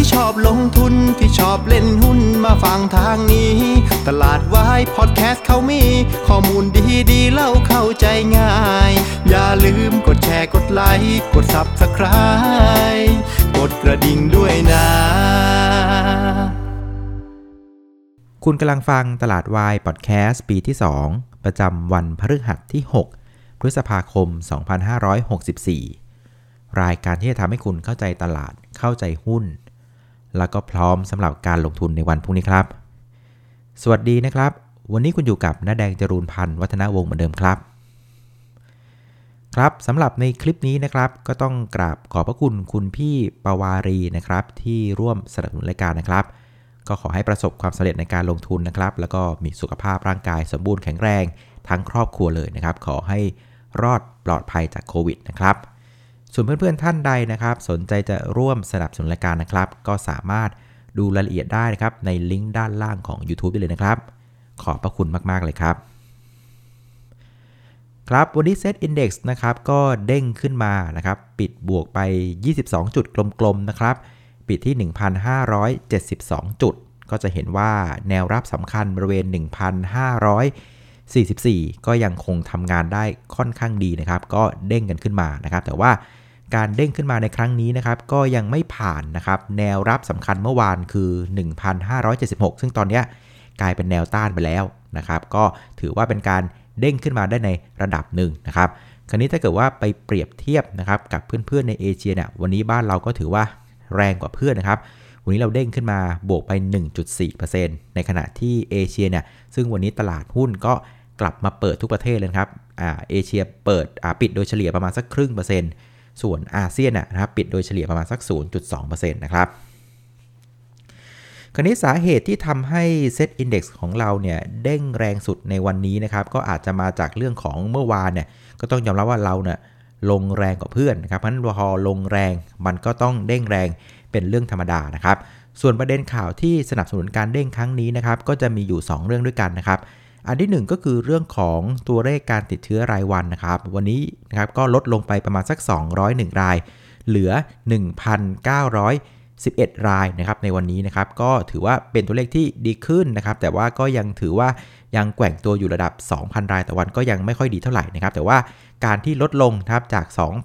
ที่ชอบลงทุนที่ชอบเล่นหุ้นมาฟังทางนี้ตลาดวายพอดแคสต์เขามีข้อมูลดีๆเล่าเข้าใจง่ายอย่าลืมกดแชร์กดไลค์กด Subscribe กดกระดิ่งด้วยนะคุณกำลังฟังตลาดวายพอดแคสต์ปีที่2ประจำวันพฤหัสที่6พฤษภาคม2564รายการที่จะทำให้คุณเข้าใจตลาดเข้าใจหุ้นแล้วก็พร้อมสำหรับการลงทุนในวันพรุ่งนี้ครับสวัสดีนะครับวันนี้คุณอยู่กับน้าแดงจรูนพันธ์วัฒนวงศ์เหมือนเดิมครับครับสำหรับในคลิปนี้นะครับก็ต้องกราบขอบพระคุณคุณพี่ปวารีนะครับที่ร่วมสนับสนุนรายการนะครับก็ขอให้ประสบความสำเร็จในการลงทุนนะครับแล้วก็มีสุขภาพร่างกายสมบูรณ์แข็งแรงทั้งครอบครัวเลยนะครับขอให้รอดปลอดภัยจากโควิดนะครับส่วนเพื่อนๆท่านใดนะครับสนใจจะร่วมสนับสนุนรายการนะครับก็สามารถดูรายละเอียดได้นะครับในลิงก์ด้านล่างของ YouTube ได้เลยนะครับขอบพระคุณมากๆเลยครับครับวันนี้เซต Index นะครับก็เด้งขึ้นมานะครับปิดบวกไป22จุดกลมๆนะครับปิดที่ 1,572 จุดก็จะเห็นว่าแนวรับสำคัญบริเวณ 1,544 ก็ยังคงทำงานได้ค่อนข้างดีนะครับก็เด้งกันขึ้นมานะครับแต่ว่าการเด้งขึ้นมาในครั้งนี้นะครับก็ยังไม่ผ่านนะครับแนวรับสำคัญเมื่อวานคือ 1,576 ซึ่งตอนนี้กลายเป็นแนวต้านไปแล้วนะครับก็ถือว่าเป็นการเด้งขึ้นมาได้ในระดับหนึ่งนะครับคราวนี้ถ้าเกิดว่าไปเปรียบเทียบนะครับกับเพื่อนๆในเอเชียเนี่ยวันนี้บ้านเราก็ถือว่าแรงกว่าเพื่อนนะครับวันนี้เราเด้งขึ้นมาบวกไป 1.4% ในขณะที่เอเชียเนี่ยซึ่งวันนี้ตลาดหุ้นก็กลับมาเปิดทุกประเทศเลยครับเอเชียเปิดปิดโดยเฉลี่ยประมาณสักครึ่งเปอร์เซ็นต์ส่วนอาเซียนนะครับปิดโดยเฉลี่ยประมาณสัก 0.2% นะครับคราวนี้สาเหตุที่ทำให้ Set Index ของเราเนี่ยเด้งแรงสุดในวันนี้นะครับก็อาจจะมาจากเรื่องของเมื่อวานเนี่ยก็ต้องยอมรับว่าเราเนี่ยลงแรงกว่าเพื่อนนะครับเพราะฉะนั้นพอลงแรงมันก็ต้องเด้งแรงเป็นเรื่องธรรมดานะครับส่วนประเด็นข่าวที่สนับสนุนการเด้งครั้งนี้นะครับก็จะมีอยู่2เรื่องด้วยกันนะครับอันที่1ก็คือเรื่องของตัวเลขการติดเชื้อรายวันนะครับวันนี้นะครับก็ลดลงไปประมาณสัก201รายเหลือ 1,911 รายนะครับในวันนี้นะครับก็ถือว่าเป็นตัวเลขที่ดีขึ้นนะครับแต่ว่าก็ยังถือว่ายังแกว่งตัวอยู่ระดับ 2,000 รายต่อวันก็ยังไม่ค่อยดีเท่าไหร่นะครับแต่ว่าการที่ลดลงนะครับจาก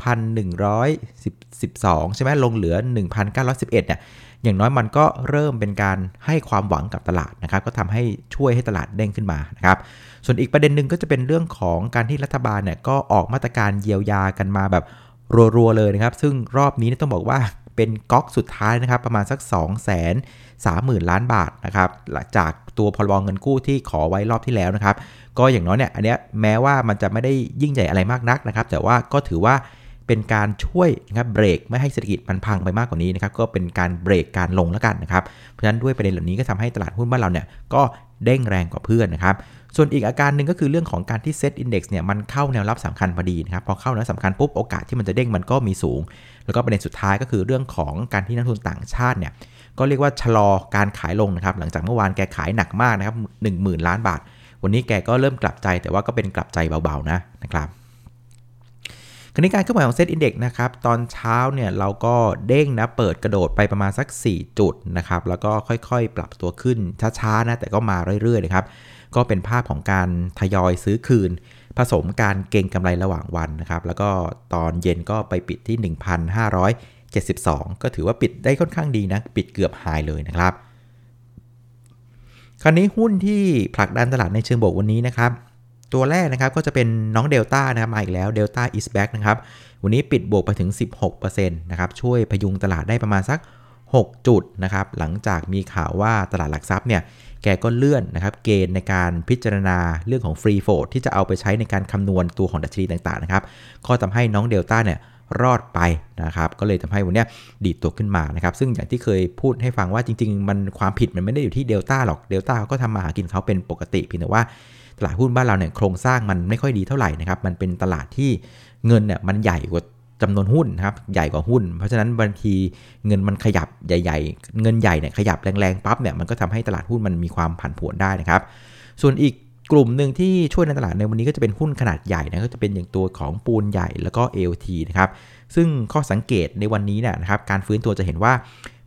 2,112 ใช่ไหมลงเหลือ 1,911 เนี่ยอย่างน้อยมันก็เริ่มเป็นการให้ความหวังกับตลาดนะครับก็ทำให้ช่วยให้ตลาดเด้งขึ้นมานะครับส่วนอีกประเด็นหนึ่งก็จะเป็นเรื่องของการที่รัฐบาลเนี่ยก็ออกมาตรการเยียวยากันมาแบบรัวๆเลยนะครับซึ่งรอบนี้ต้องบอกว่าเป็นก๊อกสุดท้ายนะครับประมาณสัก 230,000 ล้านบาทนะครับจากตัวพรบเงินกู้ที่ขอไว้รอบที่แล้วนะครับก็อย่างน้อยเนี่ยอันเนี้ยแม้ว่ามันจะไม่ได้ยิ่งใหญ่อะไรมากนักนะครับแต่ว่าก็ถือว่าเป็นการช่วยนะครับเบรกไม่ให้เศรษฐกิจมันพังไปมากกว่านี้นะครับก็เป็นการเบรกการลงแล้วกันนะครับเพราะฉะนั้นด้วยประเด็นเหล่านี้ก็ทำให้ตลาดหุ้นบ้านเราเนี่ยก็เด้งแรงกว่าเพื่อนนะครับส่วนอีกอาการหนึ่งก็คือเรื่องของการที่ Set Index เนี่ยมันเข้าแนวรับสำคัญพอดีนะครับพอเข้าแนวสำคัญปุ๊บโอกาสที่มันจะเด้งมันก็มีสูงแล้วก็ประเด็นสุดท้ายก็คือเรื่องของการที่นักทุนต่างชาติเนี่ยก็เรียกว่าชะลอการขายลงนะครับหลังจากเมื่อวานแกขายหนักมากนะครับ 10,000 ล้านบาทวันนี้แกก็เริ่มกลับใจแต่ว่าก็เป็นกลับใจเบาๆนะครับคราวนี้การเคลื่อนไหวของ Set Index นะครับตอนเช้าเนี่ยเราก็เด้งนะเปิดกระโดดไปประมาณสัก4จุดนะครับแล้วก็ค่อยๆปรับตัวขึ้นช้าๆนะแต่ก็มาเรื่อยๆนะครับก็เป็นภาพของการทยอยซื้อคืนผสมการเก็งกำไรระหว่างวันนะครับแล้วก็ตอนเย็นก็ไปปิดที่ 1,572 ก็ถือว่าปิดได้ค่อนข้างดีนะปิดเกือบไฮเลยนะครับคราวนี้หุ้นที่ผลักดันตลาดในเชิงบวกวันนี้นะครับตัวแรกนะครับก็จะเป็นน้องเดลต้านะครับมาอีกแล้ว Delta is back นะครับวันนี้ปิดบวกไปถึง 16% นะครับช่วยพยุงตลาดได้ประมาณสัก6จุดนะครับหลังจากมีข่าวว่าตลาดหลักทรัพย์เนี่ยแกก็เลื่อนนะครับเกณฑ์ในการพิจารณาเรื่องของ Free Float ที่จะเอาไปใช้ในการคำนวณตัวของดัชนีต่างๆนะครับก็ทำให้น้องเดลต้าเนี่ยรอดไปนะครับก็เลยทำให้วันนี้ดีดตัวขึ้นมานะครับซึ่งอย่างที่เคยพูดให้ฟังว่าจริงๆมันความผิดมันไม่ได้อยู่ที่เดลต้าหรอกเดลต้าเขาก็ทำมาหากินเขาเป็นปกติเพียงแต่ว่าตลาดหุ้นบ้านเราเนี่ยโครงสร้างมันไม่ค่อยดีเท่าไหร่นะครับมันเป็นตลาดที่เงินเนี่ยมันใหญ่กว่าจำนวนหุ้นนะครับใหญ่กว่าหุ้นเพราะฉะนั้นบางทีเงินมันขยับใหญ่ๆเงินใหญ่เนี่ยขยับแรงๆปั๊บเนี่ยมันก็ทำให้ตลาดหุ้นมันมีความผันผวนได้นะครับส่วนอีกกลุ่มหนึ่งที่ช่วยในตลาดในวันนี้ก็จะเป็นหุ้นขนาดใหญ่นะก็จะเป็นอย่างตัวของปูนใหญ่แล้วก็ AOT นะครับซึ่งข้อสังเกตในวันนี้เนี่ยนะครับการฟื้นตัวจะเห็นว่า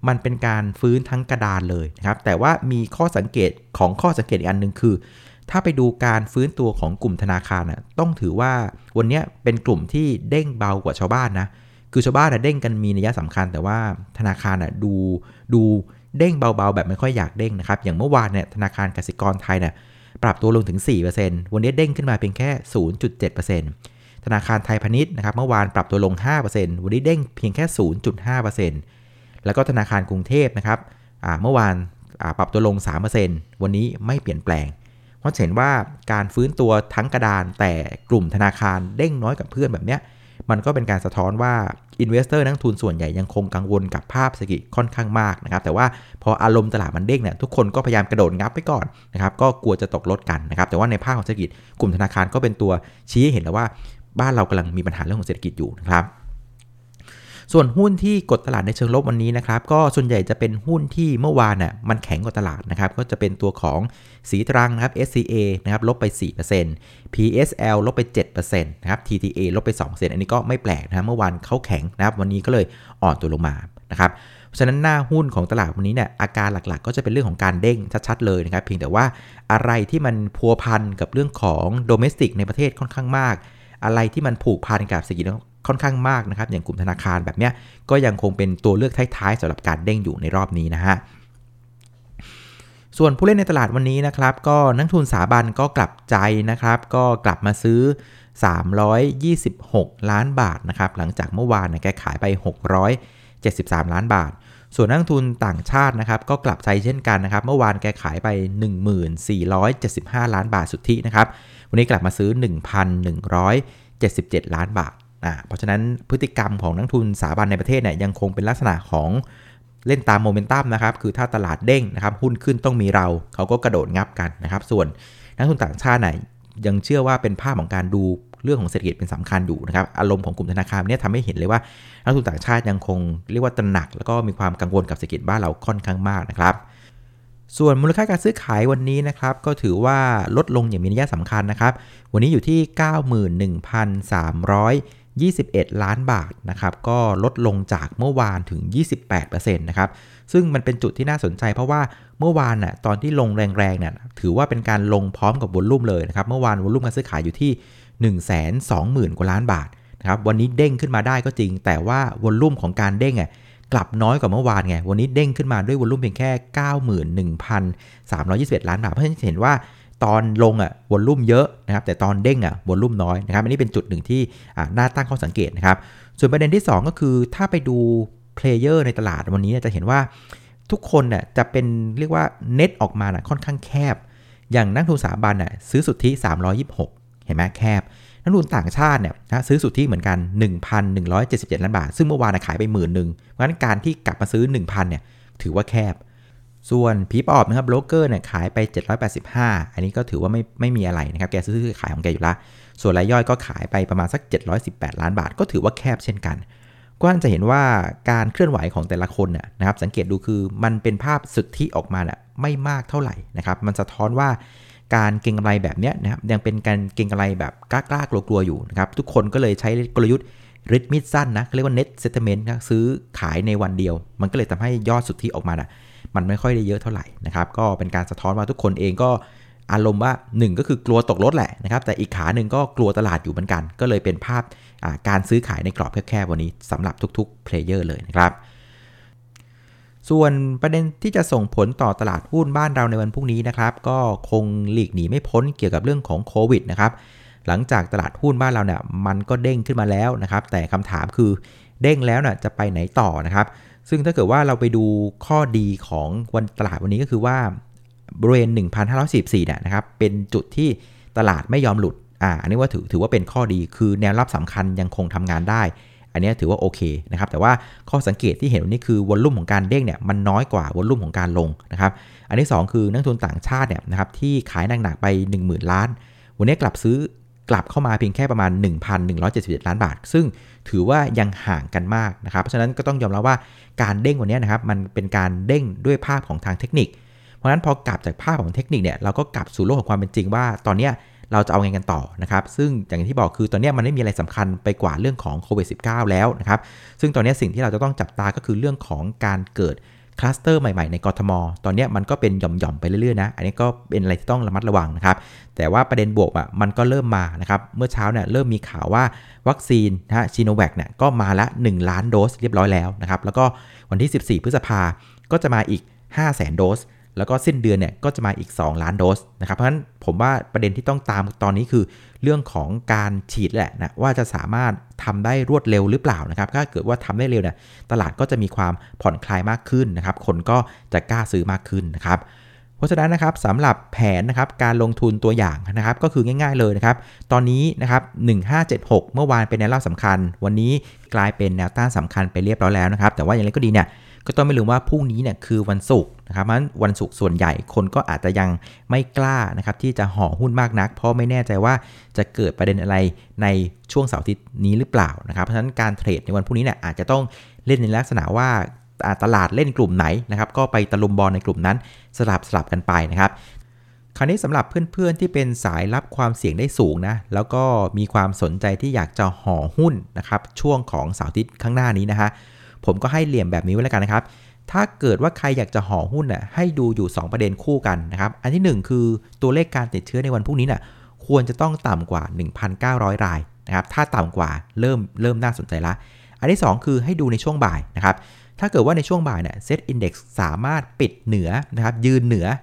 มันเป็นการฟื้นทั้งกระดานเลยนะครับแต่ว่ามีข้อสังเกตอีกอันนึงคือถ้าไปดูการฟื้นตัวของกลุ่มธนาคารต้องถือว่าวันนี้เป็นกลุ่มที่เด้งเบากว่าชาวบ้านนะคือชาวบ้านเด้งกันมีนัยสำคัญแต่ว่าธนาคารดูเด้งเบาๆแบบไม่ค่อยอยากเด้งนะครับอย่างเมื่อวานธนาคารกสิกรไทยปรับตัวลงถึง 4% วันนี้เด้งขึ้นมาเพียงแค่ 0.7% ธนาคารไทยพาณิชย์นะครับเมื่อวานปรับตัวลง 5% วันนี้เด้งเพียงแค่ 0.5% แล้วก็ธนาคารกรุงเทพนะครับเมื่อวานปรับตัวลง 3% วันนี้ไม่เปลี่ยนแปลงเพราะเห็นว่าการฟื้นตัวทั้งกระดานแต่กลุ่มธนาคารเด้งน้อยกับเพื่อนแบบเนี้ยมันก็เป็นการสะท้อนว่า Investor นักทุนส่วนใหญ่ยังคงกังวลกับภาพเศรษฐกิจค่อนข้างมากนะครับแต่ว่าพออารมณ์ตลาดมันเด้งทุกคนก็พยายามกระโดดงับไปก่อนนะครับก็กลัวจะตกลดกันนะครับแต่ว่าในภาคของเศรษฐกิจกลุ่มธนาคารก็เป็นตัวชี้ให้เห็นแล้วว่าบ้านเรากำลังมีปัญหาเรื่องของเศรษฐกิจอยู่นะครับส่วนหุ้นที่กดตลาดในเชิงลบวันนี้นะครับก็ส่วนใหญ่จะเป็นหุ้นที่เมื่อวานมันแข็งกว่าตลาดนะครับก็จะเป็นตัวของสีตรังนะครับ SCA นะครับลบไป 4% PSL ลบไป 7% นะครับ TTA ลบไป 2% อันนี้ก็ไม่แปลกนะเมื่อวานเขาแข็งนะครับวันนี้ก็เลยอ่อนตัวลงมานะครับเพราะฉะนั้นหน้าหุ้นของตลาดวันนี้อาการหลักๆก็จะเป็นเรื่องของการเด้งชัดๆเลยนะครับเพียงแต่ว่าอะไรที่มันพัวพันกับเรื่องของโดเมสติกในประเทศค่อนข้างมากอะไรที่มันผูกพันกับเศรษฐกิจค่อนข้างมากนะครับอย่างกลุ่มธนาคารแบบเนี้ยก็ยังคงเป็นตัวเลือกท้ายๆสำหรับการเด้งอยู่ในรอบนี้นะฮะส่วนผู้เล่นในตลาดวันนี้นะครับก็นักทุนสถาบันก็กลับใจนะครับก็กลับมาซื้อ326ล้านบาทนะครับหลังจากเมื่อวานแกขายไป673ล้านบาทส่วนนักทุนต่างชาตินะครับก็กลับใจเช่นกันนะครับเมื่อวานแกขายไป 1475 ล้านบาทสุทธินะครับวันนี้กลับมาซื้อ 1,177 ล้านบาทเพราะฉะนั้นพฤติกรรมของนักทุนสถาบันในประเทศยังคงเป็นลักษณะของเล่นตามโมเมนตัมนะครับคือถ้าตลาดเด้งนะครับหุ้นขึ้นต้องมีเขาก็กระโดดงับกันนะครับส่วนนักทุนต่างชาติยังเชื่อว่าเป็นภาพของการดูเรื่องของเศรษฐกิจเป็นสำคัญอยู่นะครับอารมณ์ของกลุ่มธนาคารเนี่ยทำให้เห็นเลยว่านักทุนต่างชาติยังคงเรียกว่าตระหนักแล้วก็มีความกังวลกับเศรษฐกิจบ้านเราค่อนข้างมากนะครับส่วนมูลค่าการซื้อขายวันนี้นะครับก็ถือว่าลดลงอย่างมีนัยสำคัญนะครับวันนี้อยู่ที่ 91,321 ล้านบาทนะครับก็ลดลงจากเมื่อวานถึง 28% นะครับซึ่งมันเป็นจุดที่น่าสนใจเพราะว่าเมื่อวานตอนที่ลงแรงๆถือว่าเป็นการลงพร้อมกับวอลลุ่มเลยนะครับเมื่อวานวอลลุ่มการซื้อขายอยู่ที่ 120,000 กว่าล้านบาทนะครับวันนี้เด้งขึ้นมาได้ก็จริงแต่ว่าวอลลุ่มของการเด้งกลับน้อยกว่าเมื่อวานไงวันนี้เด้งขึ้นมาด้วยวอลลุ่มเพียงแค่ 91,321 ล้านบาทเพราะฉะนั้นเห็นว่าตอนลงวอลลุ่มเยอะนะครับแต่ตอนเด้งวอลลุ่มน้อยนะครับอันนี้เป็นจุดหนึ่งที่น่าตั้งข้อสังเกตนะครับส่วนประเด็นที่2ก็คือถ้าไปดูเพลเยอร์ในตลาดวันนี้จะเห็นว่าทุกคนจะเป็นเรียกว่าเน็ตออกมาค่อนข้างแคบอย่างนักทุนสถาบันซื้อสุทธิ326เห็นไหมแคบนักลงทุนต่างชาติซื้อสุทธิเหมือนกัน 1,177 ล้านบาทซึ่งเมื่อวานขายไป 10,000 เพราะฉะนั้นการที่กลับมาซื้อ 1,000 ถือว่าแคบส่วนผีปอบนะครับโบรกเกอร์ขายไป785อันนี้ก็ถือว่าไม่มีอะไรนะครับแกซื้อขายของแกอยู่ละส่วนรายย่อยก็ขายไปประมาณสัก718ล้านบาทก็ถือว่าแคบเช่นกันก็จะเห็นว่าการเคลื่อนไหวของแต่ละคนนะครับสังเกตดูคือมันเป็นภาพสุทธิออกมาไม่มากเท่าไหร่นะครับมันสะท้อนว่าการเก็งกำไรแบบนี้นะครับยังเป็นการเก็งกำไรแบบกล้ากลัวๆอยู่นะครับทุกคนก็เลยใช้กลยุทธ์ริดมิดสั้นนะเรียกว่า net settlement นะซื้อขายในวันเดียวมันก็เลยทำให้ยอดสุทธิออกมามันไม่ค่อยได้เยอะเท่าไหร่นะครับก็เป็นการสะท้อนว่าทุกคนเองก็อารมณ์ว่า1ก็คือกลัวตกรถแหละนะครับแต่อีกขาหนึ่งก็กลัวตลาดอยู่เหมือนกันก็เลยเป็นภาพการซื้อขายในกรอบแคบๆวันนี้สำหรับทุกๆเพลเยอร์เลยนะครับส่วนประเด็นที่จะส่งผลต่อตลาดหุ้นบ้านเราในวันพรุ่งนี้นะครับก็คงหลีกหนีไม่พ้นเกี่ยวกับเรื่องของโควิดนะครับหลังจากตลาดหุ้นบ้านเรามันก็เด้งขึ้นมาแล้วนะครับแต่คำถามคือเด้งแล้วจะไปไหนต่อนะครับซึ่งถ้าเกิดว่าเราไปดูข้อดีของวันตลาดวันนี้ก็คือว่าบริเวณ 1,544 นะครับเป็นจุดที่ตลาดไม่ยอมหลุดอันนี้ว่าถือว่าเป็นข้อดีคือแนวรับสำคัญยังคงทำงานได้อันนี้ถือว่าโอเคนะครับแต่ว่าข้อสังเกตที่เห็นวันนี้คือวอลลุ่มของการเด้งมันน้อยกว่าวอลลุ่มของการลงนะครับอันที่2คือนักทุนต่างชาตินะครับที่ขายหนักๆไป 10,000 ล้านวันนี้กลับเข้ามาเพียงแค่ประมาณ 1,177 ล้านบาทซึ่งถือว่ายังห่างกันมากนะครับเพราะฉะนั้นก็ต้องยอมรับว่าการเด้งวันนี้นะครับมันเป็นการเด้งด้วยภาพของทางเทคนิคเพราะฉะนั้นพอกลับจากภาพของเทคนิคเราก็กลับสู่โลกของความเป็นจริงว่าตอนนี้เราจะเอาไงกันต่อนะครับซึ่งอย่างที่บอกคือตอนนี้มันไม่มีอะไรสำคัญไปกว่าเรื่องของโควิด -19 แล้วนะครับซึ่งตอนนี้สิ่งที่เราจะต้องจับตาก็คือเรื่องของการเกิดคลัสเตอร์ใหม่ๆในกทม.ตอนนี้มันก็เป็นหย่อมๆไปเรื่อยๆนะอันนี้ก็เป็นอะไรที่ต้องระมัดระวังนะครับแต่ว่าประเด็นบวกมันก็เริ่มมานะครับเมื่อเช้าเนี่ยเริ่มมีข่าวว่าวัคซีนนะฮะชิโนแวคเนี่ยก็มาละ1 ล้านโดสเรียบร้อยแล้วนะครับแล้วก็วันที่14 พฤษภาก็จะมาอีก 500,000 โดสแล้วก็สิ้นเดือนเนี่ยก็จะมาอีก2 ล้านโดสนะครับเพราะฉะนั้นผมว่าประเด็นที่ต้องตามตอนนี้คือเรื่องของการฉีดแหละนะว่าจะสามารถทำได้รวดเร็วหรือเปล่านะครับถ้าเกิดว่าทำได้เร็วเนี่ยตลาดก็จะมีความผ่อนคลายมากขึ้นนะครับคนก็จะกล้าซื้อมากขึ้นนะครับเพราะฉะนั้นนะครับสำหรับแผนนะครับการลงทุนตัวอย่างนะครับก็คือง่ายๆเลยนะครับตอนนี้นะครับ1576เมื่อวานเป็นแนวรับสำคัญวันนี้กลายเป็นแนวต้านสำคัญไปเรียบร้อยแล้วนะครับแต่ว่าอย่างไรก็ดีเนี่ยก็ต้องไม่ลืมว่าพรุ่งนี้เนี่ยคือวันศุกร์นะครับเพราะฉะนั้นวันศุกร์ส่วนใหญ่คนก็อาจจะยังไม่กล้านะครับที่จะห่อหุ้นมากนักเพราะไม่แน่ใจว่าจะเกิดประเด็นอะไรในช่วงเสาร์อาทิตย์นี้หรือเปล่านะครับเพราะฉะนั้นการเทรดในวันพรุ่งนี้เนี่ยอาจจะต้องเล่นในลักษณะว่าตลาดเล่นกลุ่มไหนนะครับก็ไปตะลุมบอลในกลุ่มนั้นสลับกันไปนะครับคราวนี้สำหรับเพื่อนๆที่เป็นสายรับความเสี่ยงได้สูงนะแล้วก็มีความสนใจที่อยากจะห่อหุ้นนะครับช่วงของเสาร์อาทิตย์ข้างหน้านี้นะฮะผมก็ให้เหลี่ยมแบบนี้ไว้แล้วกันนะครับถ้าเกิดว่าใครอยากจะห่อหุ้นน่ะให้ดูอยู่2ประเด็นคู่กันนะครับอันที่1คือตัวเลขการติดเชื้อในวันพรุ่งนี้น่ะควรจะต้องต่ำกว่า 1,900 รายนะครับถ้าต่ำกว่าเริ่มน่าสนใจละอันที่2คือให้ดูในช่วงบ่ายนะครับถ้าเกิดว่าในช่วงบ่ายเนี่ย Set Index สามารถปิดเหนือนะครับยืนเหนือ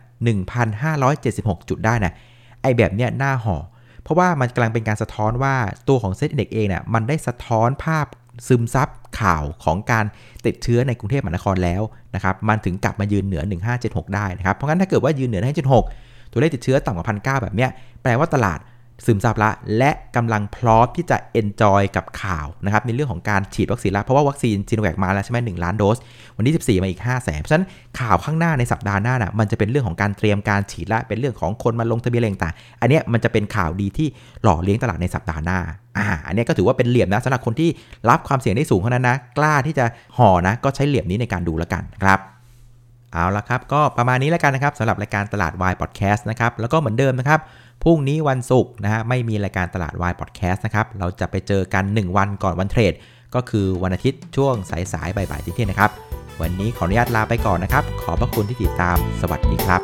1,576 จุดได้นะไอ้แบบเนี้ยน่าห่อเพราะว่ามันกำลังเป็นการสะท้อนว่าตัวของ Set Index เองเนี่ยมันได้สะท้อนภาพซึมซับข่าวของการติดเชื้อในกรุงเทพมหานครแล้วนะครับมันถึงกลับมายืนเหนือ1576ได้นะครับเพราะงั้นถ้าเกิดว่ายืนเหนือ1576ตัวเลขติดเชื้อต่ำกว่า 1,900 แบบเนี้ยแปลว่าตลาดซึมซับละและกำลังพร้อมที่จะ enjoy กับข่าวนะครับในเรื่องของการฉีดวัคซีนละเพราะว่าวัคซีนซิโนแวคมาแล้วใช่ไหม1 ล้านโดสวันที่14มาอีก 500,000 เพราะฉะนั้นข่าวข้างหน้าในสัปดาห์หน้าน่ะมันจะเป็นเรื่องของการเตรียมการฉีดละเป็นเรื่องของคนมาลงทะเบียนอะไรต่างๆอันเนี้ยมันจะเป็นข่าวดีที่หล่อเลี้ยงตลาดในสัปดาห์หน้าอันนี้ก็ถือว่าเป็นเหลี่ยมนะสำหรับคนที่รับความเสี่ยงได้สูงเท่านั้นนะกล้าที่จะห่อนะก็ใช้เหลี่ยมนี้ในการดูแล้วกันครับเอาละครับก็ประมาณนี้แล้วกันนะครับสำหรับรายการตลาดวายพอดแคสต์นะครับแล้วก็เหมือนเดิมนะครับพรุ่งนี้วันศุกร์นะฮะไม่มีรายการตลาดวายพอดแคสต์นะครับเราจะไปเจอกัน1วันก่อนวันเทรดก็คือวันอาทิตย์ช่วงสายๆบ่ายๆเที่ยงนะครับวันนี้ขออนุญาตลาไปก่อนนะครับขอบพระคุณที่ติดตามสวัสดีครับ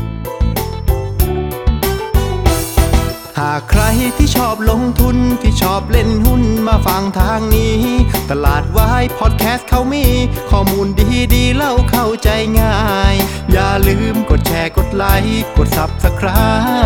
หากใครที่ชอบลงทุนที่ชอบเล่นหุ้นมาฟังทางนี้ตลาดวายพอดแคสต์เขามีข้อมูลดีๆเล่าเข้าใจง่ายอย่าลืมกดแชร์กดไลค์กด Subscribe